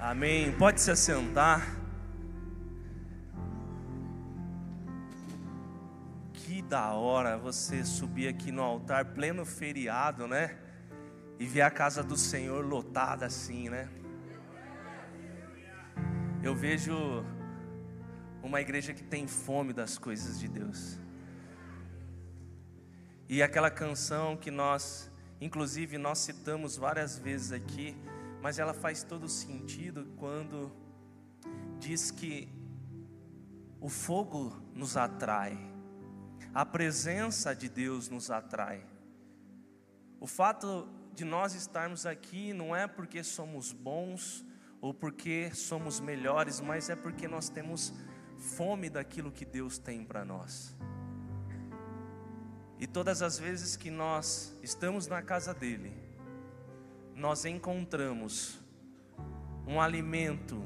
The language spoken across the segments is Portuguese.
Amém. Pode se assentar. Que da hora você subir aqui no altar, pleno feriado, né? E ver a casa do Senhor lotada assim, né? Eu vejo uma igreja que tem fome das coisas de Deus. E aquela canção que inclusive nós citamos várias vezes aqui, mas ela faz todo sentido quando diz que o fogo nos atrai, a presença de Deus nos atrai. O fato de nós estarmos aqui não é porque somos bons ou porque somos melhores, mas é porque nós temos fome daquilo que Deus tem para nós. E todas as vezes que nós estamos na casa dele, nós encontramos um alimento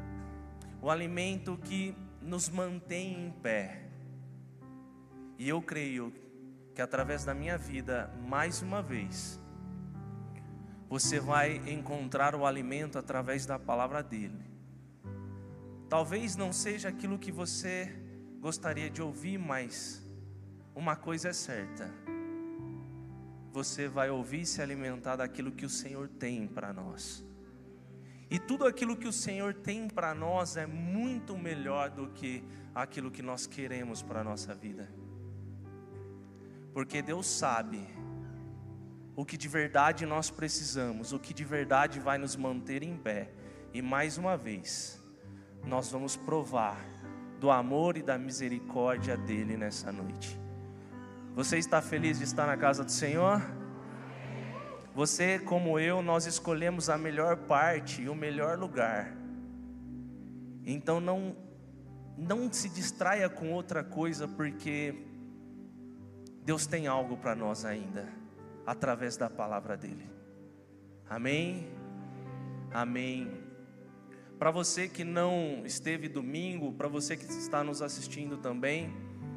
que nos mantém em pé. E eu creio que através da minha vida, mais uma vez, você vai encontrar o alimento através da palavra dele. Talvez não seja aquilo que você gostaria de ouvir, mas uma coisa é certa: você vai ouvir e se alimentar daquilo que o Senhor tem para nós. E tudo aquilo que o Senhor tem para nós é muito melhor do que aquilo que nós queremos para a nossa vida. Porque Deus sabe o que de verdade nós precisamos, o que de verdade vai nos manter em pé. E mais uma vez, nós vamos provar do amor e da misericórdia dele nessa noite. Você está feliz de estar na casa do Senhor? Você, como eu, nós escolhemos a melhor parte e o melhor lugar. Então não se distraia com outra coisa, porque Deus tem algo para nós ainda, através da palavra dele. Amém? Amém. Para você que não esteve domingo, para você que está nos assistindo também,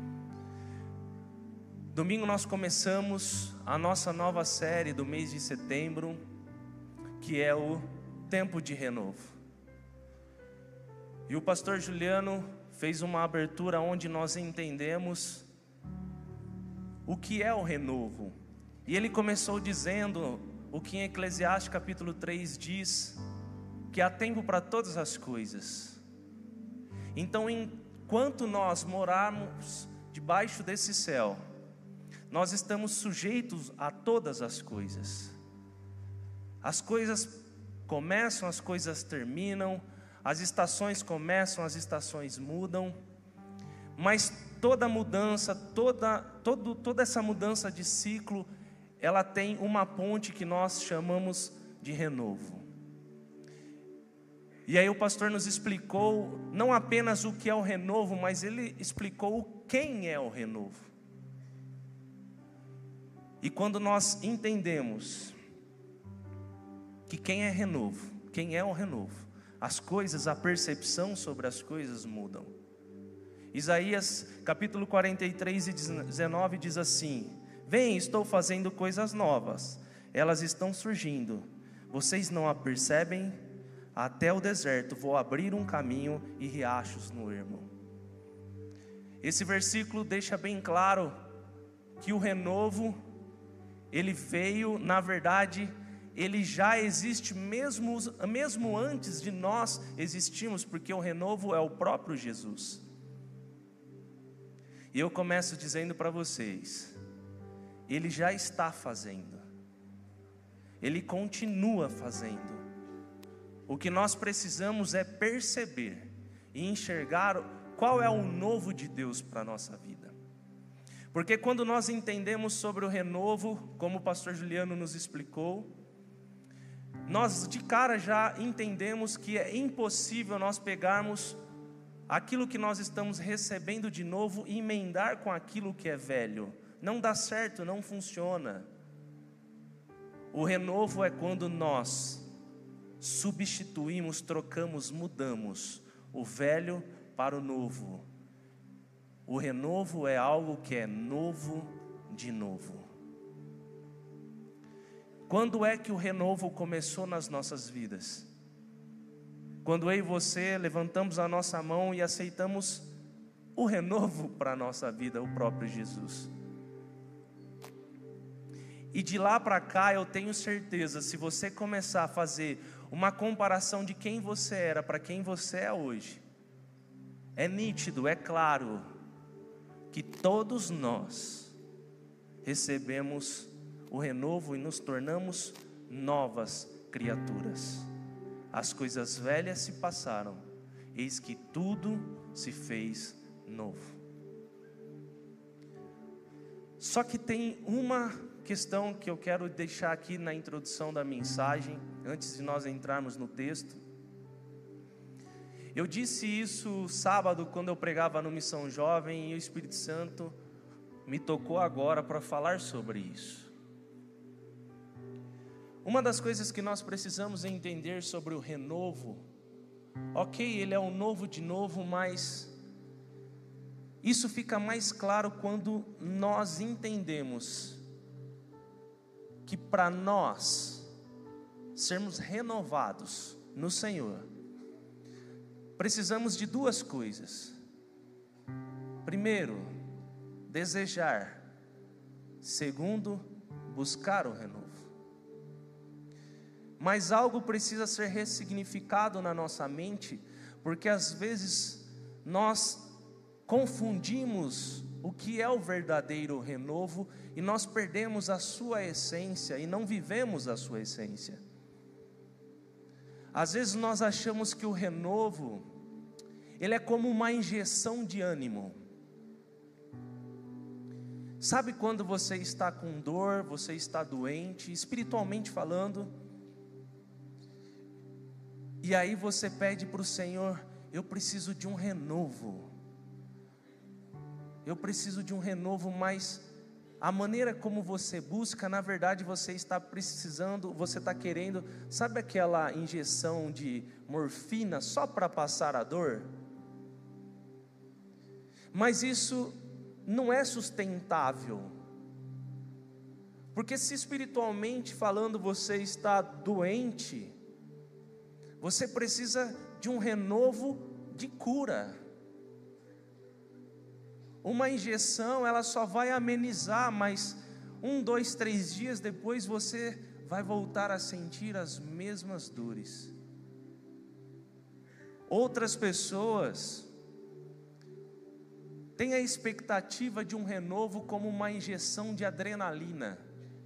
domingo nós começamos a nossa nova série do mês de setembro, que é o Tempo de Renovo. E o pastor Juliano fez uma abertura onde nós entendemos o que é o renovo. E ele começou dizendo o que em Eclesiastes capítulo 3 diz, que há tempo para todas as coisas. Então, enquanto nós morarmos debaixo desse céu, nós estamos sujeitos a todas as coisas. As coisas começam, as coisas terminam, as estações começam, as estações mudam, mas toda mudança, toda essa mudança de ciclo, ela tem uma ponte que nós chamamos de renovo. E aí o pastor nos explicou não apenas o que é o renovo, mas ele explicou quem é o renovo. E quando nós entendemos que quem é o renovo, as coisas, a percepção sobre as coisas mudam. Isaías capítulo 43 e 19 diz assim: vem, estou fazendo coisas novas, elas estão surgindo, vocês não a percebem? Até o deserto vou abrir um caminho e riachos no ermo. Esse versículo deixa bem claro que o renovo, ele veio, na verdade, ele já existe mesmo antes de nós existirmos, porque o renovo é o próprio Jesus. E eu começo dizendo para vocês, ele já está fazendo, ele continua fazendo. O que nós precisamos é perceber e enxergar qual é o novo de Deus para a nossa vida. Porque quando nós entendemos sobre o renovo, como o pastor Juliano nos explicou, nós de cara já entendemos que é impossível nós pegarmos aquilo que nós estamos recebendo de novo e emendar com aquilo que é velho. Não dá certo, não funciona. O renovo é quando nós substituímos, trocamos, mudamos o velho para o novo. O renovo é algo que é novo de novo. Quando é que o renovo começou nas nossas vidas? quando eu e você levantamos a nossa mão e aceitamos o renovo para a nossa vida, o próprio Jesus. E de lá para cá eu tenho certeza, se você começar a fazer uma comparação de quem você era para quem você é hoje, é nítido, é claro, que todos nós recebemos o renovo e nos tornamos novas criaturas. As coisas velhas se passaram, eis que tudo se fez novo. Só que tem uma questão que eu quero deixar aqui na introdução da mensagem, antes de nós entrarmos no texto. Eu disse isso sábado quando eu pregava no Missão Jovem, e o Espírito Santo me tocou agora para falar sobre isso. Uma das coisas que nós precisamos entender sobre o renovo, ok, ele é um novo de novo, mas isso fica mais claro quando nós entendemos que para nós sermos renovados no Senhor, precisamos de duas coisas. Primeiro, desejar. Segundo, buscar o renovo. Mas algo precisa ser ressignificado na nossa mente, porque às vezes nós confundimos o que é o verdadeiro renovo e nós perdemos a sua essência e não vivemos a sua essência. Às vezes nós achamos que o renovo, ele é como uma injeção de ânimo. Sabe quando você está com dor, você está doente, espiritualmente falando, e aí você pede para o Senhor: eu preciso de um renovo. Eu preciso de um renovo, mas a maneira como você busca, na verdade você está precisando, você está querendo, sabe aquela injeção de morfina só para passar a dor? Mas isso não é sustentável, porque se espiritualmente falando você está doente, você precisa de um renovo de cura. Uma injeção, ela só vai amenizar, mas 1, 2, 3 dias depois você vai voltar a sentir as mesmas dores. Outras pessoas têm a expectativa de um renovo como uma injeção de adrenalina.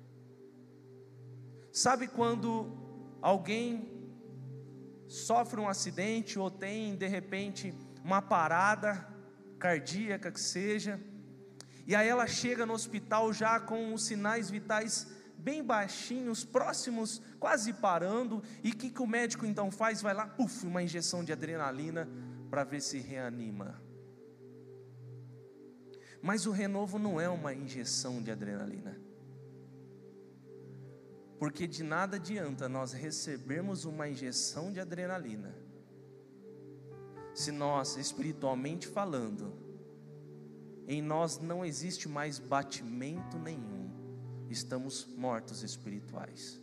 Sabe quando alguém sofre um acidente ou tem de repente uma parada cardíaca que seja, e aí ela chega no hospital já com os sinais vitais bem baixinhos, próximos, quase parando, e o que o médico então faz? Vai lá, uma injeção de adrenalina para ver se reanima. Mas o renovo não é uma injeção de adrenalina, porque de nada adianta nós recebermos uma injeção de adrenalina se nós, espiritualmente falando, em nós não existe mais batimento nenhum, estamos mortos espirituais.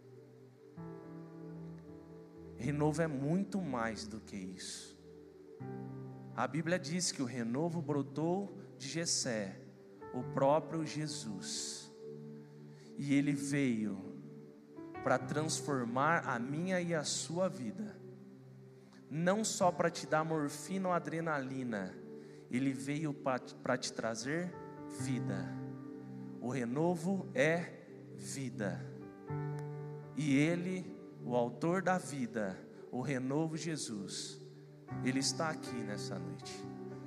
Renovo é muito mais do que isso. A Bíblia diz que o renovo brotou de Jessé, o próprio Jesus, e ele veio para transformar a minha e a sua vida, não só para te dar morfina ou adrenalina, ele veio para te trazer vida. O renovo é vida, e ele, o autor da vida, o renovo Jesus, ele está aqui nessa noite.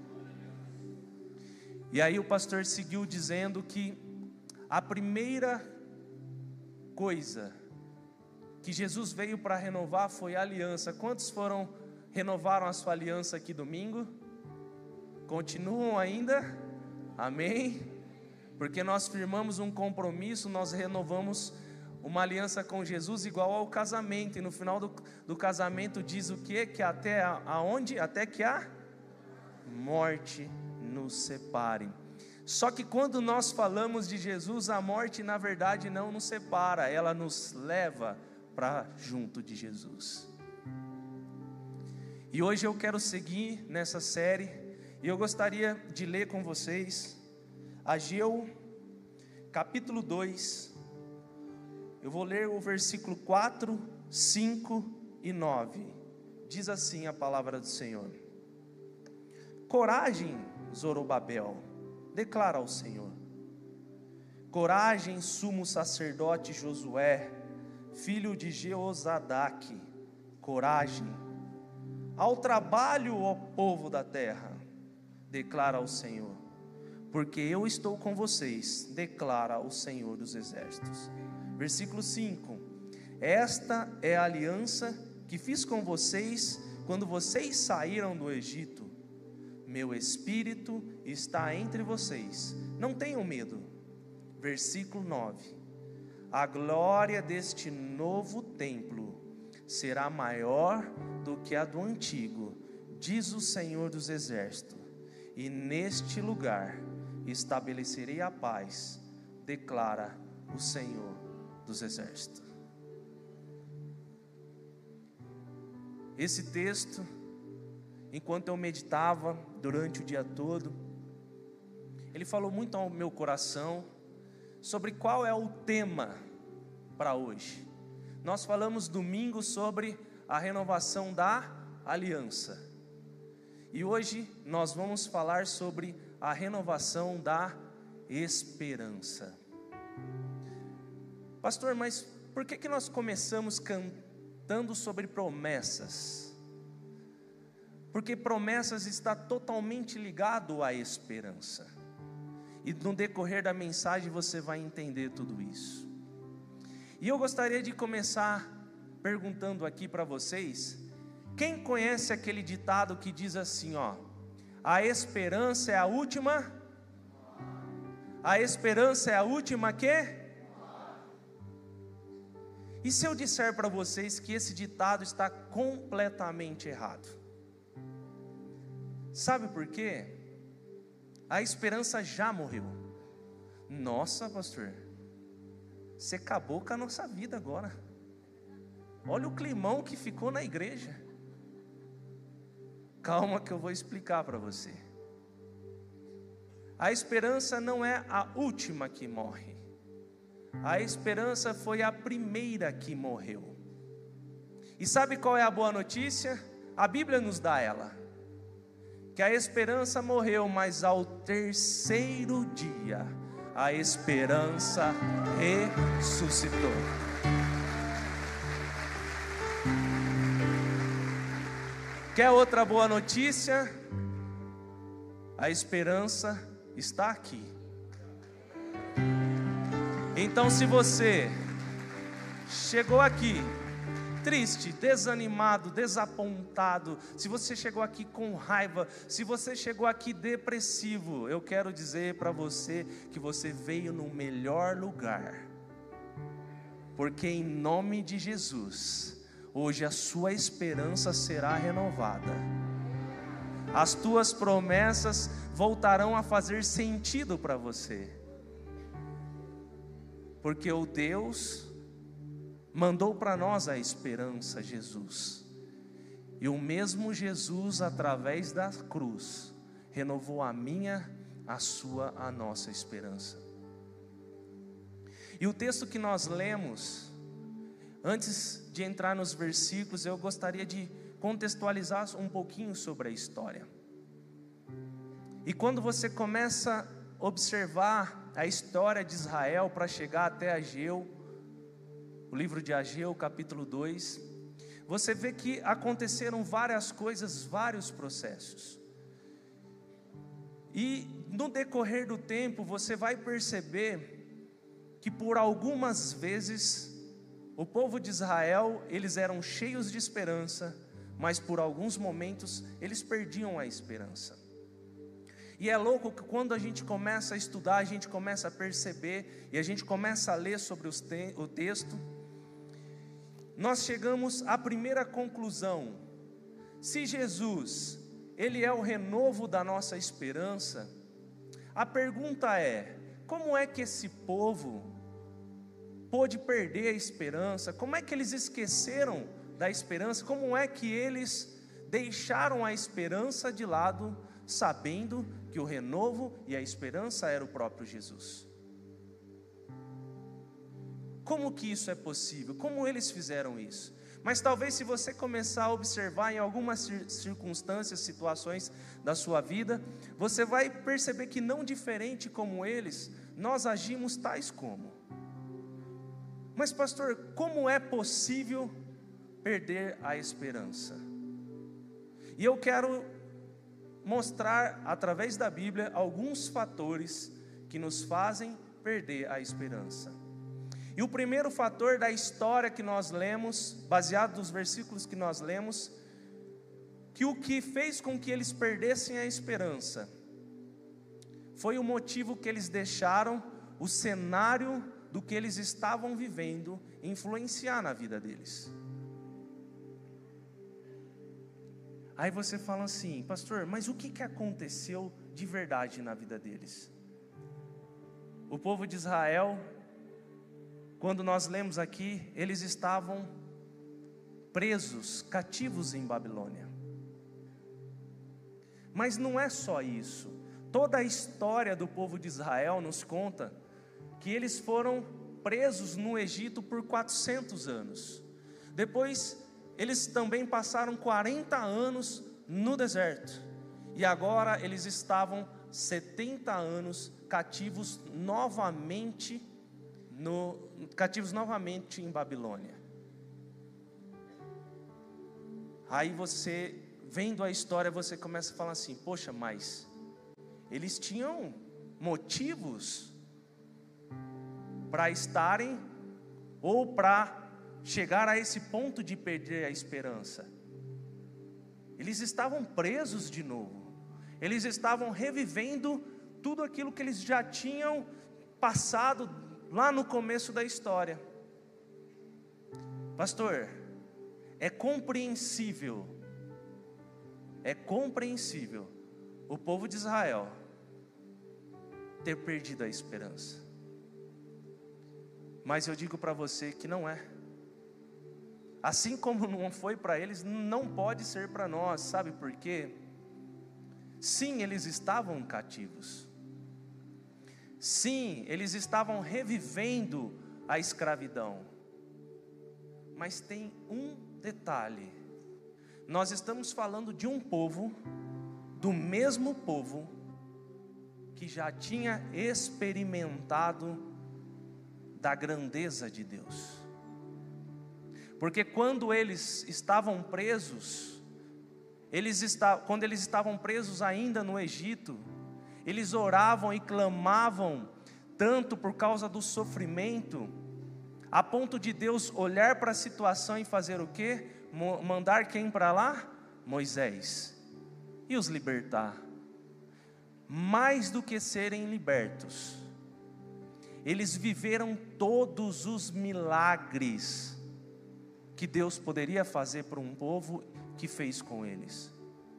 E aí o pastor seguiu dizendo que a primeira coisa que Jesus veio para renovar foi a aliança. Quantos renovaram a sua aliança aqui domingo? Continuam ainda? Amém? Porque nós firmamos um compromisso, nós renovamos uma aliança com Jesus igual ao casamento, e no final do casamento diz o quê? Que até aonde? Até que a morte nos separe. Só que quando nós falamos de Jesus, a morte na verdade não nos separa, ela nos leva para junto de Jesus. E hoje eu quero seguir nessa série, e eu gostaria de ler com vocês Ageu, capítulo 2. Eu vou ler o versículo 4, 5 e 9. Diz assim a palavra do Senhor: Coragem, Zorobabel, declara ao Senhor. Coragem, sumo sacerdote Josué, filho de Jeozadaque. Coragem, ao trabalho, ó povo da terra, declara ao Senhor, porque eu estou com vocês, declara o Senhor dos exércitos. Versículo 5: Esta é a aliança que fiz com vocês quando vocês saíram do Egito. Meu espírito está entre vocês, não tenham medo. Versículo 9: A glória deste novo templo será maior do que a do antigo, diz o Senhor dos exércitos, e neste lugar estabelecerei a paz, declara o Senhor dos exércitos. Esse texto, enquanto eu meditava durante o dia todo, ele falou muito ao meu coração sobre qual é o tema para hoje. Nós falamos domingo sobre a renovação da aliança, e hoje nós vamos falar sobre a renovação da esperança. Pastor, mas por que nós começamos cantando sobre promessas? Porque promessas está totalmente ligado à esperança, e no decorrer da mensagem você vai entender tudo isso. E eu gostaria de começar perguntando aqui para vocês: quem conhece aquele ditado que diz assim, ó: a esperança é a última? A esperança é a última quê? E se eu disser para vocês que esse ditado está completamente errado? Sabe por quê? A esperança já morreu. Nossa, pastor, você acabou com a nossa vida agora. Olha o climão que ficou na igreja. Calma que eu vou explicar para você. A esperança não é a última que morre. A esperança foi a primeira que morreu. E sabe qual é a boa notícia? A Bíblia nos dá ela, que a esperança morreu, mas ao terceiro dia a esperança ressuscitou. Quer outra boa notícia? A esperança está aqui. Então, se você chegou aqui triste, desanimado, desapontado, se você chegou aqui com raiva, se você chegou aqui depressivo, eu quero dizer para você que você veio no melhor lugar, porque em nome de Jesus, hoje a sua esperança será renovada, as tuas promessas voltarão a fazer sentido para você, porque o Deus mandou para nós a esperança, Jesus, e o mesmo Jesus, através da cruz, renovou a minha, a sua, a nossa esperança. E o texto que nós lemos, antes de entrar nos versículos, eu gostaria de contextualizar um pouquinho sobre a história. E quando você começa a observar a história de Israel para chegar até Ageu, o livro de Ageu, capítulo 2, você vê que aconteceram várias coisas, vários processos. E no decorrer do tempo, você vai perceber que por algumas vezes, o povo de Israel, eles eram cheios de esperança, mas por alguns momentos, eles perdiam a esperança. E é louco que quando a gente começa a estudar, a gente começa a perceber, e a gente começa a ler sobre o texto, nós chegamos à primeira conclusão: se Jesus, Ele é o renovo da nossa esperança, a pergunta é: como é que esse povo pôde perder a esperança? Como é que eles esqueceram da esperança? Como é que eles deixaram a esperança de lado, sabendo que o renovo e a esperança era o próprio Jesus. Como que isso é possível? Como eles fizeram isso? Mas talvez, se você começar a observar em algumas circunstâncias, situações da sua vida, você vai perceber que, não diferente como eles, nós agimos tais como. Mas pastor, como é possível perder a esperança? E eu quero mostrar, através da Bíblia, alguns fatores que nos fazem perder a esperança. E o primeiro fator da história que nós lemos, baseado nos versículos que nós lemos, que o que fez com que eles perdessem a esperança, foi o motivo que eles deixaram o cenário do que eles estavam vivendo influenciar na vida deles. Aí você fala assim, pastor, mas o que aconteceu de verdade na vida deles? O povo de Israel, quando nós lemos aqui, eles estavam presos, cativos em Babilônia. Mas não é só isso. Toda a história do povo de Israel nos conta que eles foram presos no Egito por 400 anos. Depois, eles também passaram 40 anos no deserto. E agora eles estavam 70 anos cativos novamente em Babilônia. Aí você, vendo a história, você começa a falar assim, poxa, mas eles tinham motivos para estarem, ou para chegar a esse ponto de perder a esperança. Eles estavam presos de novo, eles estavam revivendo tudo aquilo que eles já tinham passado lá no começo da história. Pastor, é compreensível o povo de Israel ter perdido a esperança. Mas eu digo para você que não é. Assim como não foi para eles, não pode ser para nós. Sabe por quê? Sim, eles estavam cativos. Sim, eles estavam revivendo a escravidão. Mas tem um detalhe. Nós estamos falando de um povo, do mesmo povo, que já tinha experimentado da grandeza de Deus. Porque quando eles estavam presos, quando eles estavam presos ainda no Egito, eles oravam e clamavam tanto por causa do sofrimento, a ponto de Deus olhar para a situação e fazer o quê? Mandar quem para lá? Moisés, e os libertar. Mais do que serem libertos, eles viveram todos os milagres que Deus poderia fazer para um povo, que fez com eles.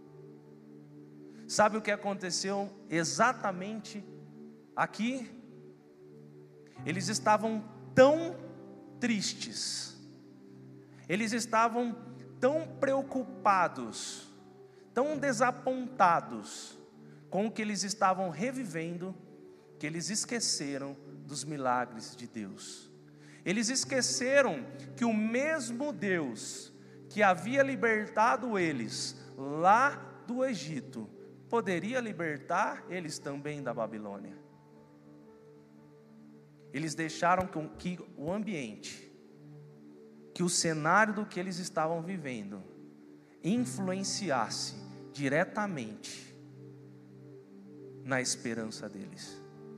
Sabe o que aconteceu exatamente aqui? Eles estavam tão tristes, eles estavam tão preocupados, tão desapontados com o que eles estavam revivendo, que eles esqueceram dos milagres de Deus. Eles esqueceram que o mesmo Deus que havia libertado eles lá do Egito, poderia libertar eles também da Babilônia. Eles deixaram que o ambiente, que o cenário do que eles estavam vivendo, influenciasse diretamente na esperança deles.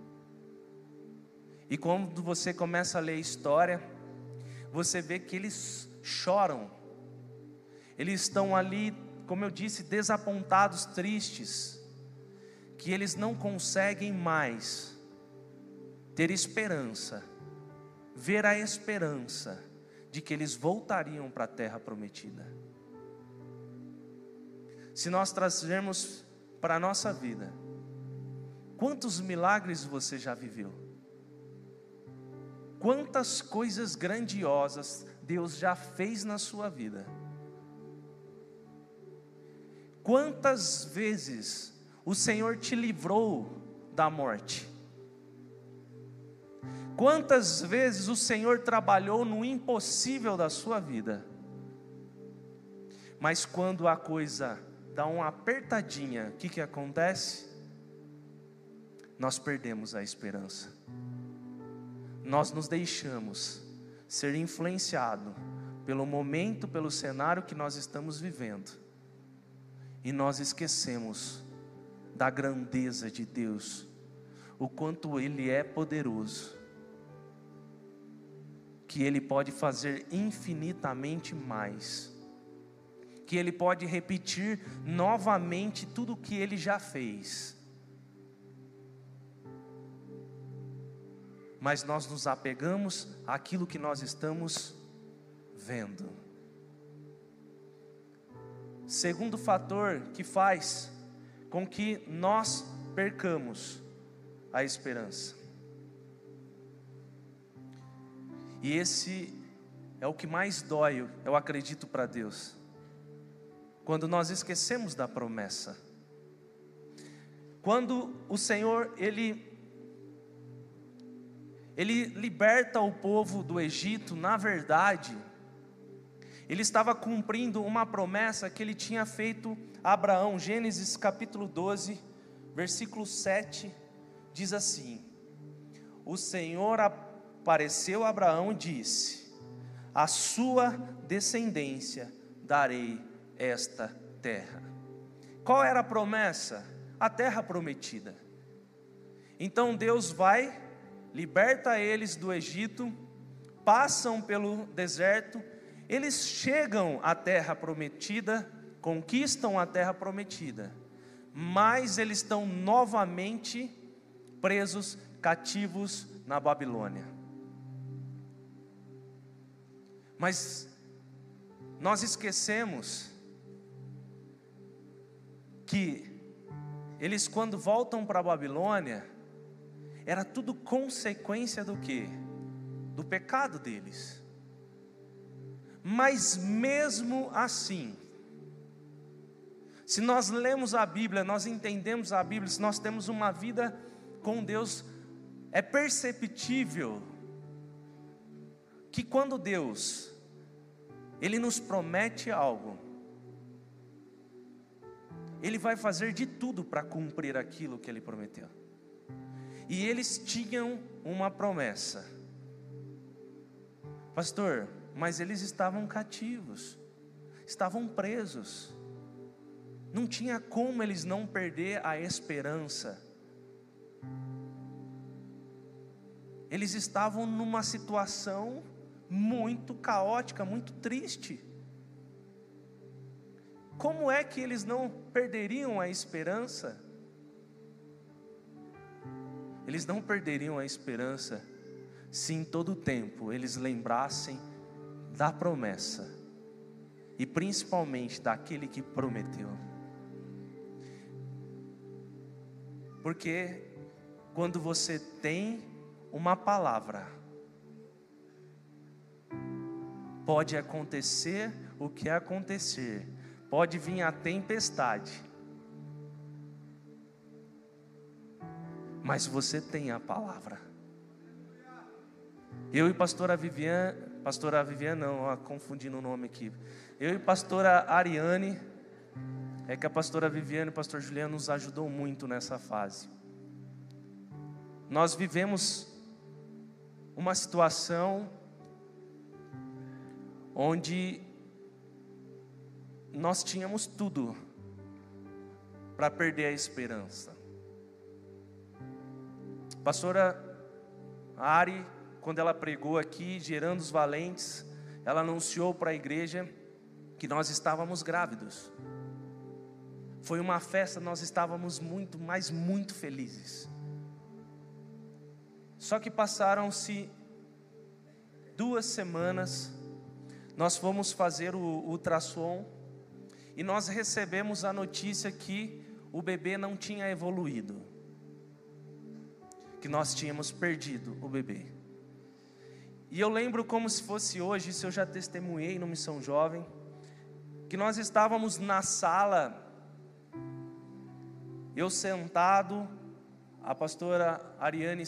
E quando você começa a ler a história, você vê que eles choram. Eles estão ali, como eu disse, desapontados, tristes, que eles não conseguem mais ter esperança, ver a esperança de que eles voltariam para a terra prometida. Se nós trazermos para a nossa vida, quantos milagres você já viveu? Quantas coisas grandiosas Deus já fez na sua vida? Quantas vezes o Senhor te livrou da morte? Quantas vezes o Senhor trabalhou no impossível da sua vida? Mas quando a coisa dá uma apertadinha, o que acontece? Nós perdemos a esperança. Nós nos deixamos ser influenciados pelo momento, pelo cenário que nós estamos vivendo. E nós esquecemos da grandeza de Deus, o quanto Ele é poderoso, que Ele pode fazer infinitamente mais, que Ele pode repetir novamente tudo o que Ele já fez. Mas nós nos apegamos àquilo que nós estamos vendo. Segundo fator que faz com que nós percamos a esperança. E esse é o que mais dói, eu acredito, para Deus. Quando nós esquecemos da promessa. Quando o Senhor, Ele liberta o povo do Egito, na verdade, Ele estava cumprindo uma promessa que Ele tinha feito a Abraão. Gênesis capítulo 12, versículo 7, diz assim: o Senhor apareceu a Abraão e disse: a sua descendência darei esta terra. Qual era a promessa? A terra prometida. Então Deus vai, liberta eles do Egito, passam pelo deserto, eles chegam à terra prometida, conquistam a terra prometida, mas eles estão novamente presos, cativos na Babilônia. Mas nós esquecemos que eles, quando voltam para a Babilônia, era tudo consequência do quê? Do pecado deles. Mas mesmo assim, se nós lemos a Bíblia, nós entendemos a Bíblia, se nós temos uma vida com Deus, é perceptível que quando Deus, Ele nos promete algo, Ele vai fazer de tudo para cumprir aquilo que Ele prometeu. E eles tinham uma promessa. Pastor, mas eles estavam cativos, estavam presos. Não tinha como eles não perder a esperança. Eles estavam numa situação muito caótica, muito triste. Como é que eles não perderiam a esperança? Eles não perderiam a esperança se em todo o tempo eles lembrassem da promessa e principalmente daquele que prometeu. Porque quando você tem uma palavra, pode acontecer o que acontecer, pode vir a tempestade, mas você tem a palavra. Eu e pastora Viviane não, confundindo o nome aqui. Eu e pastora Ariane, é que a pastora Viviane e o pastor Juliano nos ajudou muito nessa fase. Nós vivemos uma situação onde nós tínhamos tudo para perder a esperança. Pastora Ari, quando ela pregou aqui, Gerando os Valentes, ela anunciou para a igreja que nós estávamos grávidos. Foi uma festa, nós estávamos muito, mas muito felizes. Só que passaram-se 2 semanas, nós fomos fazer o ultrassom e nós recebemos a notícia que o bebê não tinha evoluído, que nós tínhamos perdido o bebê. E eu lembro como se fosse hoje, isso eu já testemunhei no Missão Jovem, que nós estávamos na sala eu sentado, a pastora Ariane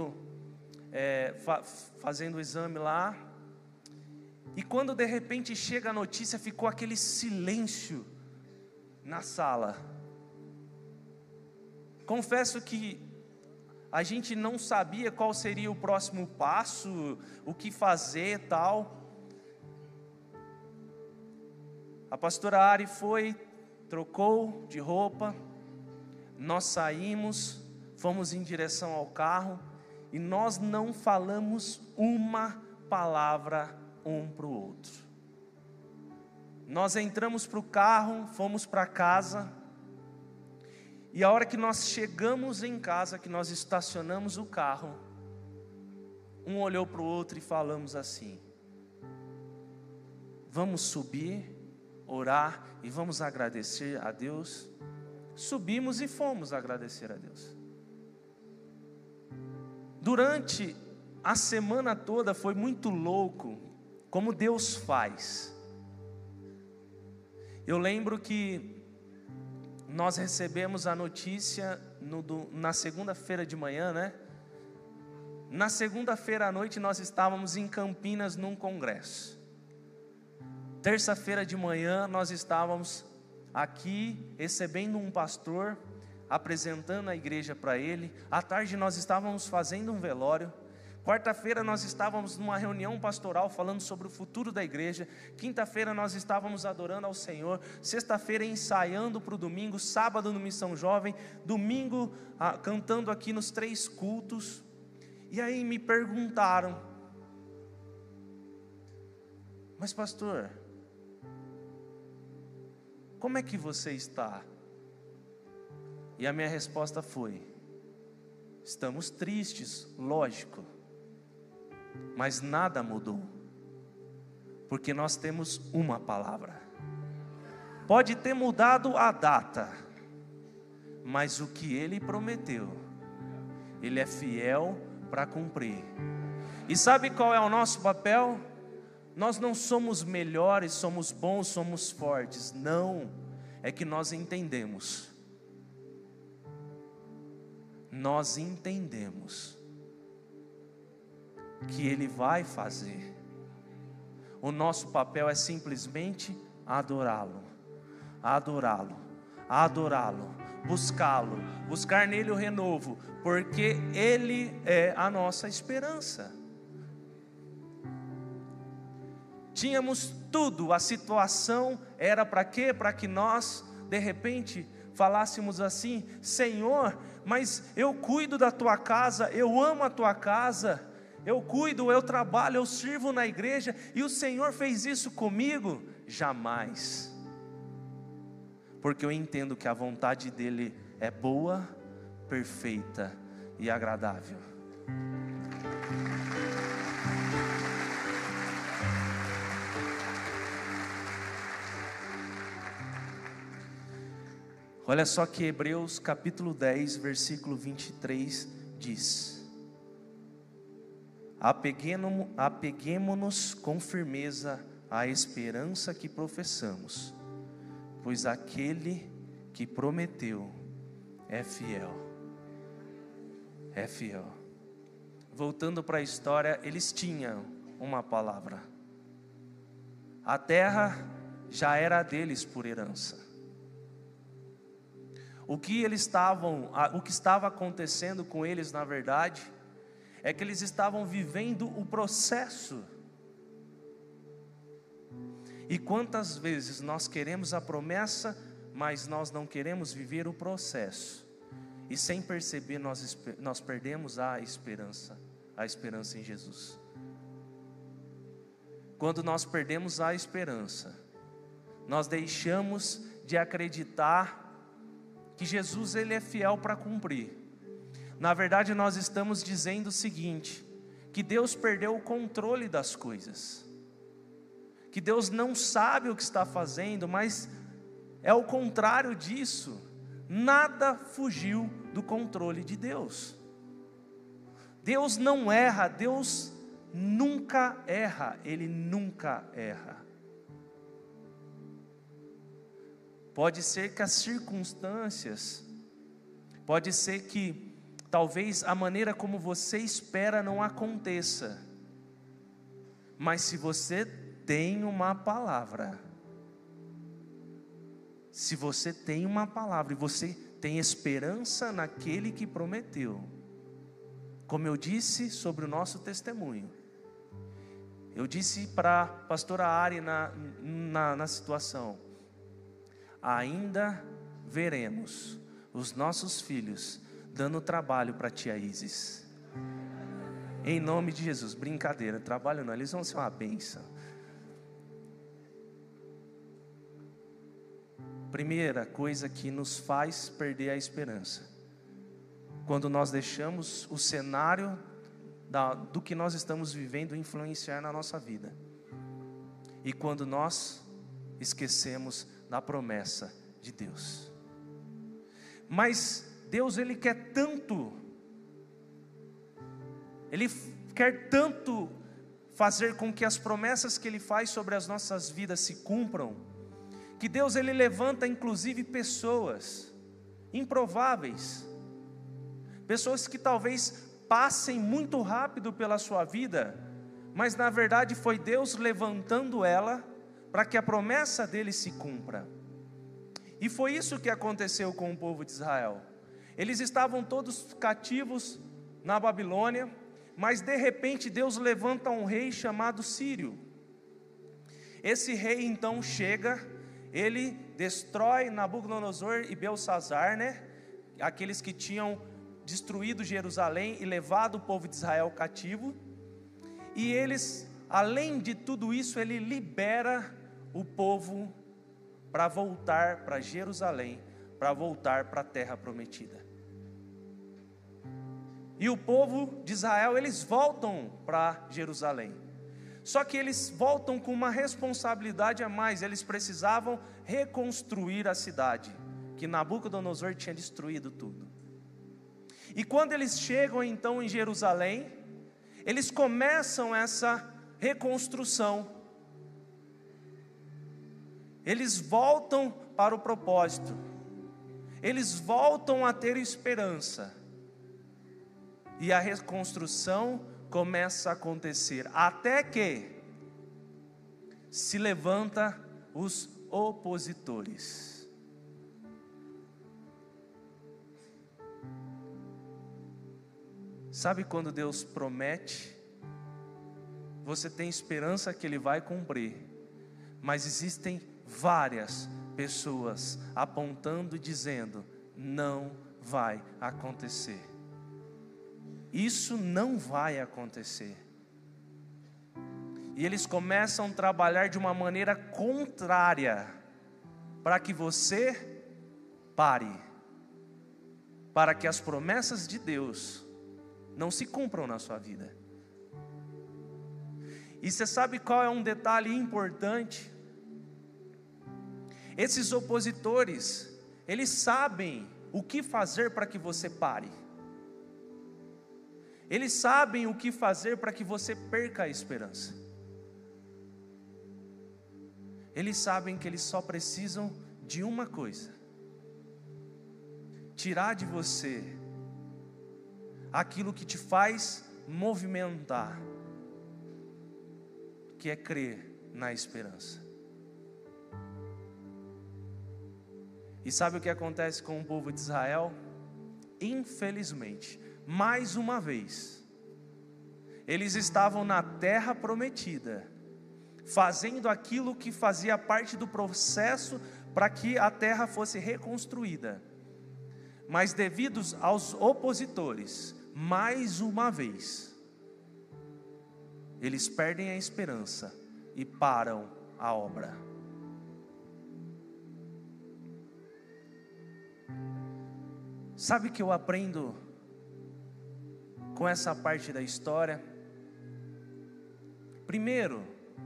fazendo o exame lá, e quando de repente chega a notícia, ficou aquele silêncio na sala. Confesso que a gente não sabia qual seria o próximo passo, o que fazer e tal. A pastora Ari foi, trocou de roupa, nós saímos, fomos em direção ao carro, e nós não falamos uma palavra um para o outro. Nós entramos para o carro, fomos para casa, e a hora que nós chegamos em casa, que nós estacionamos o carro, um olhou para o outro e falamos assim: vamos subir, orar e vamos agradecer a Deus. Subimos e fomos agradecer a Deus. Durante a semana toda foi muito louco como Deus faz. Eu lembro que nós recebemos a notícia na segunda-feira de manhã, né? Na segunda-feira à noite nós estávamos em Campinas num congresso. Terça-feira de manhã nós estávamos aqui recebendo um pastor, apresentando a igreja para ele. À tarde nós estávamos fazendo um velório. Quarta-feira nós estávamos numa reunião pastoral falando sobre o futuro da igreja. Quinta-feira nós estávamos adorando ao Senhor. Sexta-feira ensaiando para o domingo. Sábado no Missão Jovem. Domingo cantando aqui nos 3 cultos. E aí me perguntaram: mas pastor, como é que você está? E a minha resposta foi: estamos tristes, lógico, mas nada mudou, porque nós temos uma palavra. Pode ter mudado a data, mas o que Ele prometeu, Ele é fiel para cumprir. E sabe qual é o nosso papel? Nós não somos melhores, somos bons, somos fortes. Não, é que nós entendemos. Nós entendemos que Ele vai fazer. O nosso papel é simplesmente adorá-lo, adorá-lo, adorá-lo, buscá-lo, buscar nele o renovo, porque Ele é a nossa esperança. Tínhamos tudo, a situação era para quê? Para que nós, de repente, falássemos assim: Senhor, mas eu cuido da tua casa, eu amo a tua casa, eu cuido, eu trabalho, eu sirvo na igreja, e o Senhor fez isso comigo? Jamais, porque eu entendo que a vontade dEle é boa, perfeita e agradável. Olha só que Hebreus capítulo 10, versículo 23 diz: apeguemo-nos com firmeza à esperança que professamos, pois aquele que prometeu é fiel. É fiel. Voltando para a história, eles tinham uma palavra. A terra já era deles por herança. O que estava acontecendo com eles, na verdade, é que eles estavam vivendo o processo. E quantas vezes nós queremos a promessa, mas nós não queremos viver o processo, e sem perceber nós perdemos a esperança em Jesus. Quando nós perdemos a esperança, nós deixamos de acreditar que Jesus Ele é fiel para cumprir. Na verdade nós estamos dizendo o seguinte: que Deus perdeu o controle das coisas, que Deus não sabe o que está fazendo, mas é o contrário disso. Nada fugiu do controle de Deus. Deus não erra, Deus nunca erra, Ele nunca erra. Pode ser que as circunstâncias Pode ser que talvez a maneira como você espera não aconteça, mas se você tem uma palavra, se você tem uma palavra e você tem esperança naquele que prometeu, como eu disse sobre o nosso testemunho, eu disse para a pastora Ari na situação, ainda veremos os nossos filhos dando trabalho para a tia Isis, em nome de Jesus. Brincadeira, trabalho não, eles vão ser uma bênção. Primeira coisa que nos faz perder a esperança, quando nós deixamos o cenário do que nós estamos vivendo influenciar na nossa vida, e quando nós esquecemos da promessa de Deus. Mas Deus, Ele quer tanto fazer com que as promessas que Ele faz sobre as nossas vidas se cumpram, que Deus, Ele levanta inclusive pessoas improváveis, pessoas que talvez passem muito rápido pela sua vida, mas na verdade foi Deus levantando ela para que a promessa dele se cumpra. E foi isso que aconteceu com o povo de Israel. Eles estavam todos cativos na Babilônia, mas de repente Deus levanta um rei chamado Sírio. Esse rei então chega, ele destrói Nabucodonosor e Belsazar, aqueles que tinham destruído Jerusalém e levado o povo de Israel cativo. E eles, além de tudo isso, ele libera o povo para voltar para Jerusalém, para voltar para a terra prometida. E o povo de Israel, eles voltam para Jerusalém. Só que eles voltam com uma responsabilidade a mais. Eles precisavam reconstruir a cidade, que Nabucodonosor tinha destruído tudo. E quando eles chegam então em Jerusalém, eles começam essa reconstrução. Eles voltam para o propósito. Eles voltam a ter esperança. E a reconstrução começa a acontecer, até que se levanta os opositores. Sabe quando Deus promete, você tem esperança que Ele vai cumprir, mas existem várias pessoas apontando e dizendo, não vai acontecer. Isso não vai acontecer. E eles começam a trabalhar de uma maneira contrária, para que você pare, para que as promessas de Deus não se cumpram na sua vida. E você sabe qual é um detalhe importante? Esses opositores, eles sabem o que fazer para que você pare. Eles sabem o que fazer para que você perca a esperança. Eles sabem que eles só precisam de uma coisa: tirar de você aquilo que te faz movimentar, que é crer na esperança. E sabe o que acontece com o povo de Israel? Infelizmente, mais uma vez, eles estavam na terra prometida, fazendo aquilo que fazia parte do processo para que a terra fosse reconstruída, mas devido aos opositores, mais uma vez, eles perdem a esperança e param a obra. Sabe o que eu aprendo com essa parte da história? Primeiro,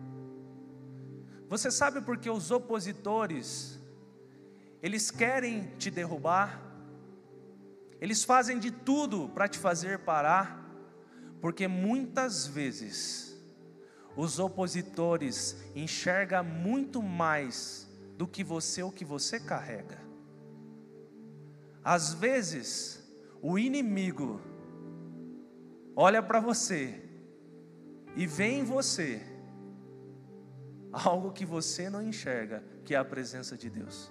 você sabe por que os opositores, eles querem te derrubar? Eles fazem de tudo para te fazer parar, porque muitas vezes os opositores enxergam muito mais do que você, o que você carrega. Às vezes, o inimigo olha para você e vê em você algo que você não enxerga, que é a presença de Deus.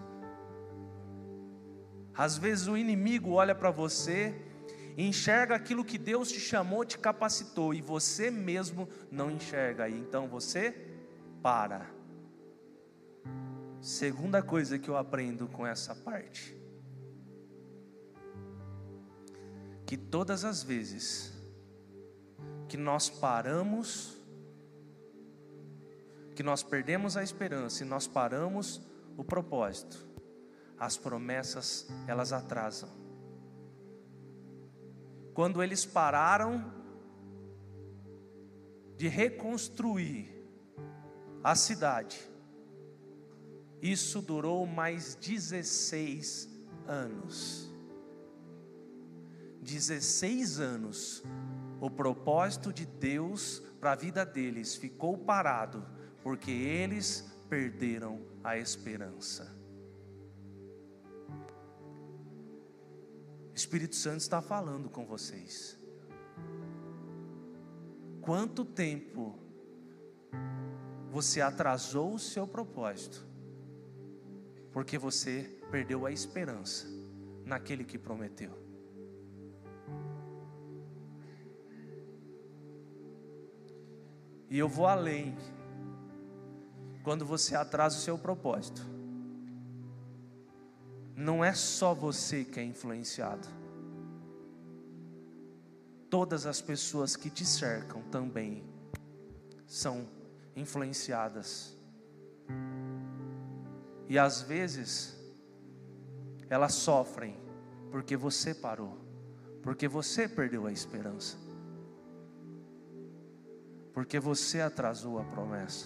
Às vezes o inimigo olha para você e enxerga aquilo que Deus te chamou, te capacitou, e você mesmo não enxerga, e então você para. Segunda coisa que eu aprendo com essa parte, que todas as vezes que nós paramos, que nós perdemos a esperança e nós paramos o propósito, as promessas, elas atrasam. Quando eles pararam de reconstruir a cidade, isso durou mais 16 anos. 16 anos, o propósito de Deus para a vida deles ficou parado, porque eles perderam a esperança. O Espírito Santo está falando com vocês. Quanto tempo você atrasou o seu propósito, porque você perdeu a esperança naquele que prometeu? E eu vou além. Quando você atrasa o seu propósito, não é só você que é influenciado. Todas as pessoas que te cercam também são influenciadas. E às vezes elas sofrem porque você parou, porque você perdeu a esperança, porque você atrasou a promessa.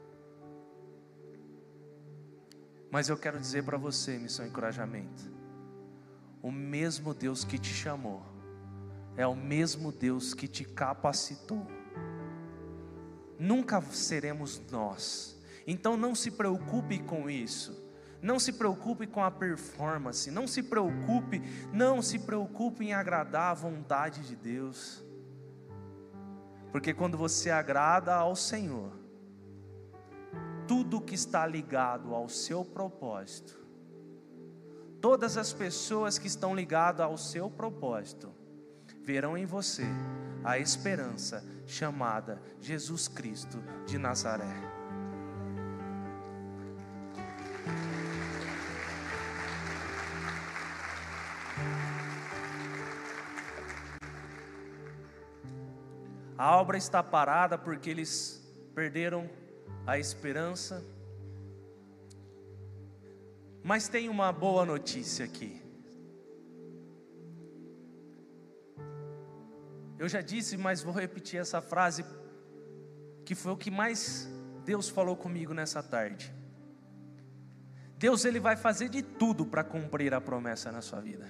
Mas eu quero dizer para você, Missão Encorajamento, o mesmo Deus que te chamou é o mesmo Deus que te capacitou. Nunca seremos nós. Então não se preocupe com isso. Não se preocupe com a performance. Não se preocupe em agradar a vontade de Deus. Porque quando você agrada ao Senhor, tudo que está ligado ao seu propósito, todas as pessoas que estão ligadas ao seu propósito, verão em você a esperança chamada Jesus Cristo de Nazaré. A obra está parada porque eles perderam a esperança. Mas tem uma boa notícia aqui. Eu já disse, mas vou repetir essa frase, que foi o que mais Deus falou comigo nessa tarde. Deus, Ele vai fazer de tudo para cumprir a promessa na sua vida.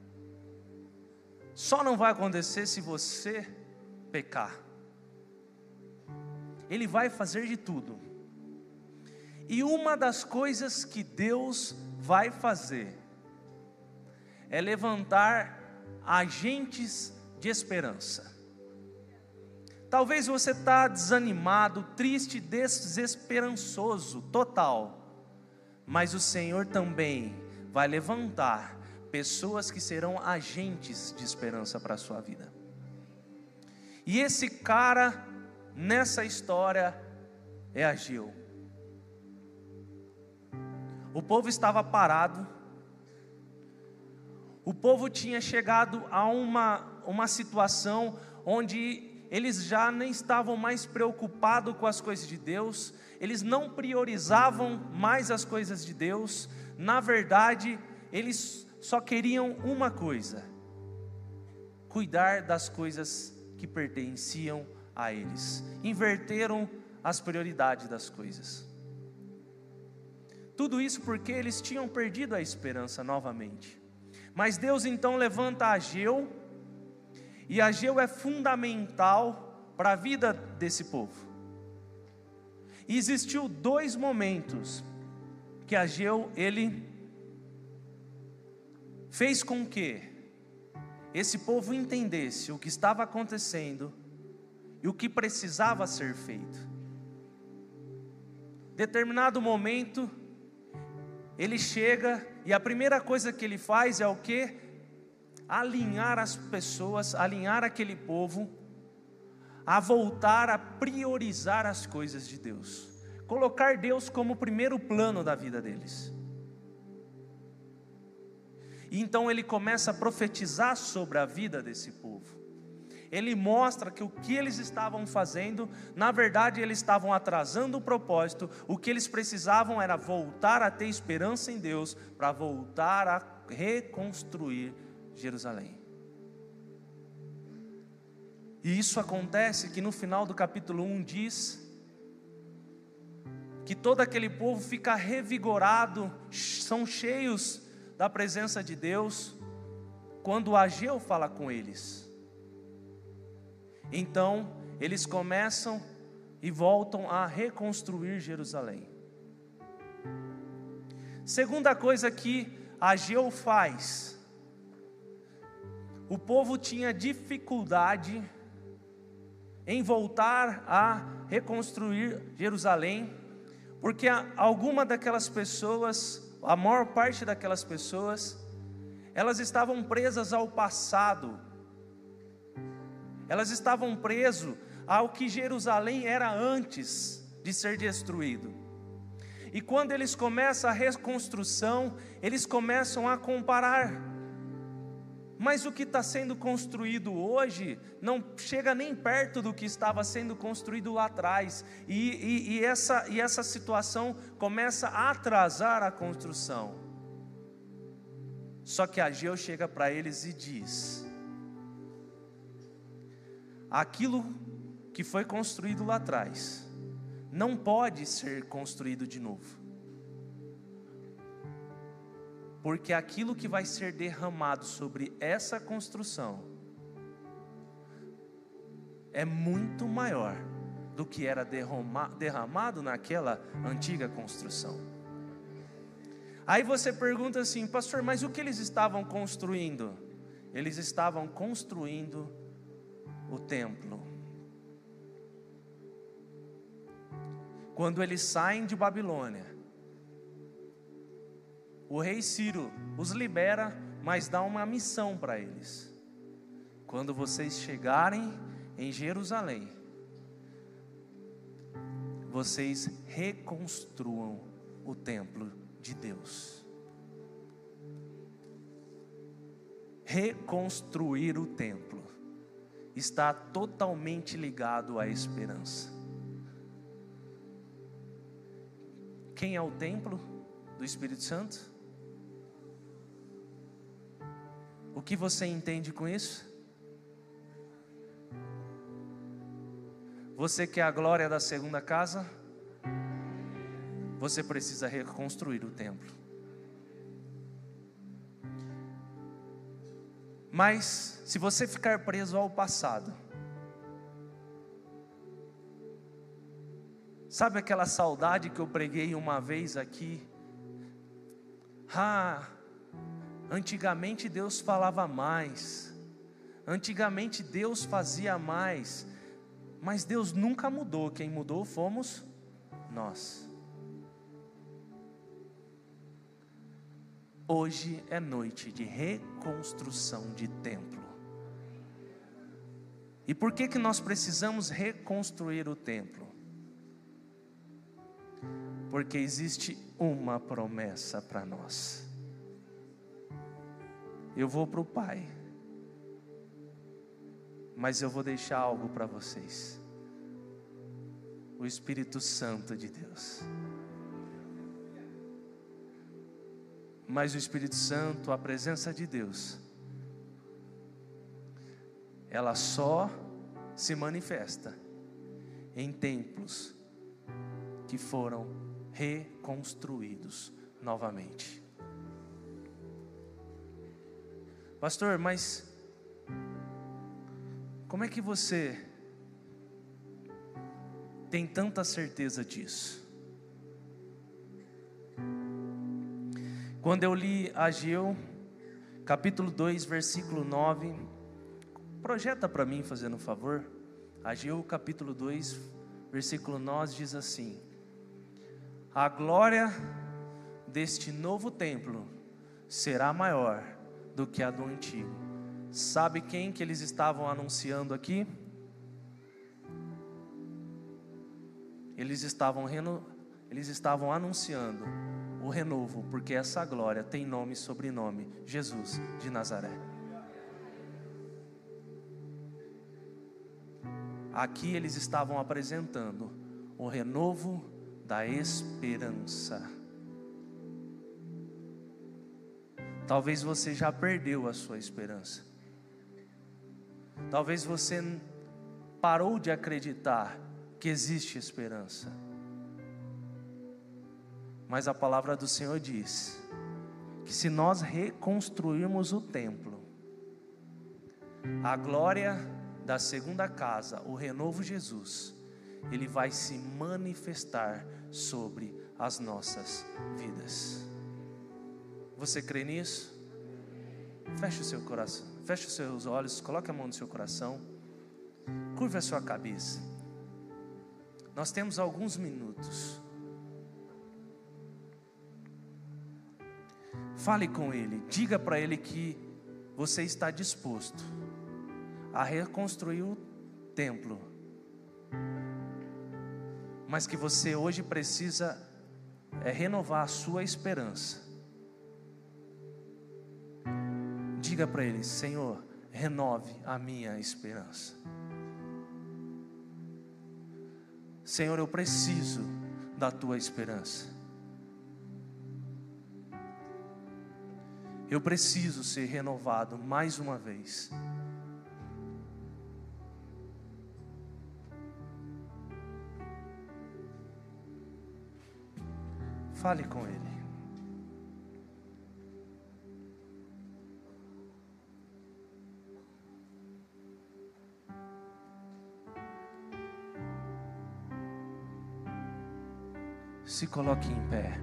Só não vai acontecer se você pecar. Ele vai fazer de tudo. E uma das coisas que Deus vai fazer é levantar agentes de esperança. Talvez você está desanimado, triste, desesperançoso, total. Mas o Senhor também vai levantar pessoas que serão agentes de esperança para a sua vida. E esse cara nessa história é Ageu. O povo estava parado. O povo tinha chegado a uma situação onde eles já nem estavam mais preocupados com as coisas de Deus. Eles não priorizavam mais as coisas de Deus. Na verdade, eles só queriam uma coisa: cuidar das coisas que pertenciam a eles. Inverteram as prioridades das coisas. Tudo isso porque eles tinham perdido a esperança novamente. Mas Deus então levanta Ageu, e Ageu é fundamental para a vida desse povo. E existiu 2 momentos que Ageu ele fez com que esse povo entendesse o que estava acontecendo e o que precisava ser feito. Determinado momento, ele chega e a primeira coisa que ele faz é o quê? Alinhar as pessoas, alinhar aquele povo a voltar a priorizar as coisas de Deus, colocar Deus como o primeiro plano da vida deles. E então ele começa a profetizar sobre a vida desse povo. Ele mostra que o que eles estavam fazendo, na verdade eles estavam atrasando o propósito. O que eles precisavam era voltar a ter esperança em Deus, para voltar a reconstruir Jerusalém. E isso acontece que no final do capítulo 1 diz que todo aquele povo fica revigorado, são cheios da presença de Deus, quando Ageu fala com eles. Então, eles começam e voltam a reconstruir Jerusalém. Segunda coisa que Ageu faz: o povo tinha dificuldade em voltar a reconstruir Jerusalém, porque alguma daquelas pessoas, a maior parte daquelas pessoas, elas estavam presas ao passado, elas estavam presas ao que Jerusalém era antes de ser destruído. E quando eles começam a reconstrução, eles começam a comparar. Mas o que está sendo construído hoje não chega nem perto do que estava sendo construído lá atrás. E essa situação começa a atrasar a construção. Só que Ageu chega para eles e diz: aquilo que foi construído lá atrás não pode ser construído de novo. Porque aquilo que vai ser derramado sobre essa construção é muito maior do que era derramado naquela antiga construção. Aí você pergunta assim: pastor, mas o que eles estavam construindo? Eles estavam construindo o templo. Quando eles saem de Babilônia, o rei Ciro os libera, mas dá uma missão para eles: quando vocês chegarem em Jerusalém, vocês reconstruam o templo de Deus. Reconstruir o templo está totalmente ligado à esperança. Quem é o templo do Espírito Santo? O que você entende com isso? Você quer a glória da segunda casa? Você precisa reconstruir o templo. Mas se você ficar preso ao passado, sabe aquela saudade que eu preguei uma vez aqui? Antigamente Deus falava mais, antigamente Deus fazia mais, mas Deus nunca mudou, quem mudou fomos nós. Hoje é noite de reconstrução de templo. E por que nós precisamos reconstruir o templo? Porque existe uma promessa para nós. Eu vou para o Pai, mas eu vou deixar algo para vocês: o Espírito Santo de Deus. Mas o Espírito Santo, a presença de Deus, ela só se manifesta em templos que foram reconstruídos novamente. Pastor, mas como é que você tem tanta certeza disso? Quando eu li Ageu, capítulo 2, versículo 9. Projeta para mim, fazendo um favor. Ageu, capítulo 2, versículo 9 diz assim: a glória deste novo templo será maior do que a do antigo. Sabe quem que eles estavam anunciando aqui? Eles estavam anunciando o renovo, porque essa glória tem nome e sobrenome: Jesus de Nazaré. Aqui eles estavam apresentando o renovo da esperança. Talvez você já perdeu a sua esperança. Talvez você parou de acreditar que existe esperança. Mas a palavra do Senhor diz que se nós reconstruirmos o templo, a glória da segunda casa, o renovo Jesus, Ele vai se manifestar sobre as nossas vidas. Você crê nisso? Feche o seu coração, feche os seus olhos, coloque a mão no seu coração, curva a sua cabeça. Nós temos alguns minutos. Fale com Ele, diga para Ele que você está disposto a reconstruir o templo, mas que você hoje precisa renovar a sua esperança. Diga para Ele: Senhor, renove a minha esperança. Senhor, eu preciso da Tua esperança. Eu preciso ser renovado mais uma vez. Fale com Ele. Se coloque em pé.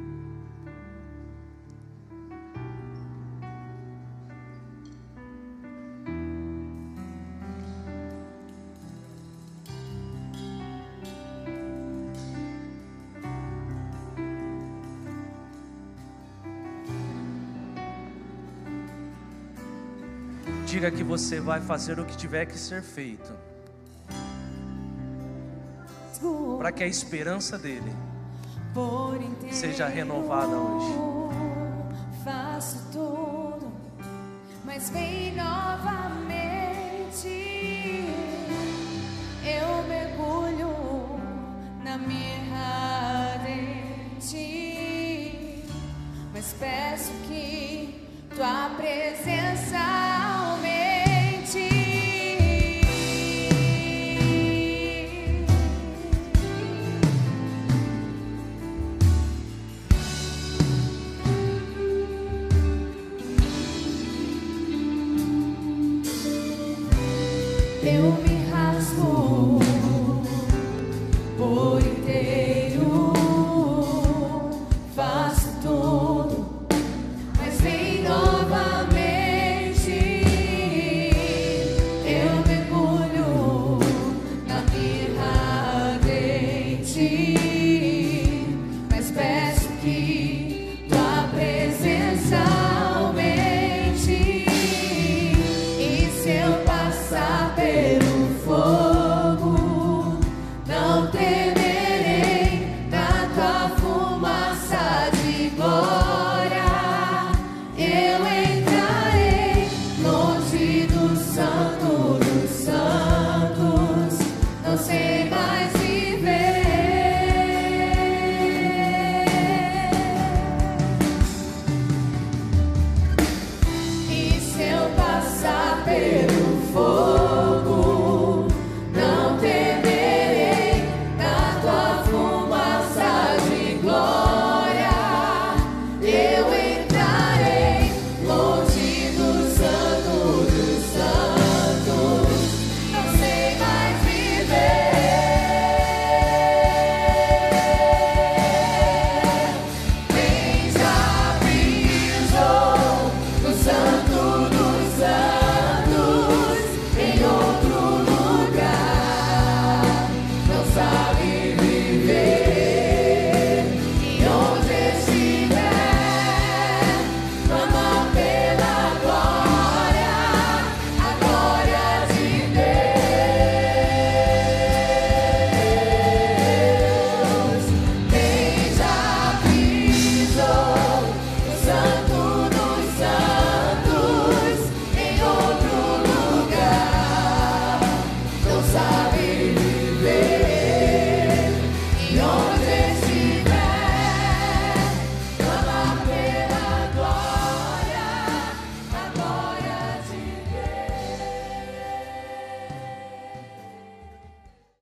Diga que você vai fazer o que tiver que ser feito, para que a esperança dele seja renovada hoje. Faço tudo, mas vem novamente. Eu mergulho na mirra de ti, mas peço que tua presença aumente. Eu me rasgo por inteiro, faço tudo, mas vem novamente. Eu mergulho na mirra de ti, mas peço que tua presença aumente. E se eu passar pelo fogo, não temerei, na tua fumaça de glória eu entrarei, longe do santo dos santos, não sei mais viver. E se eu passar pelo fogo,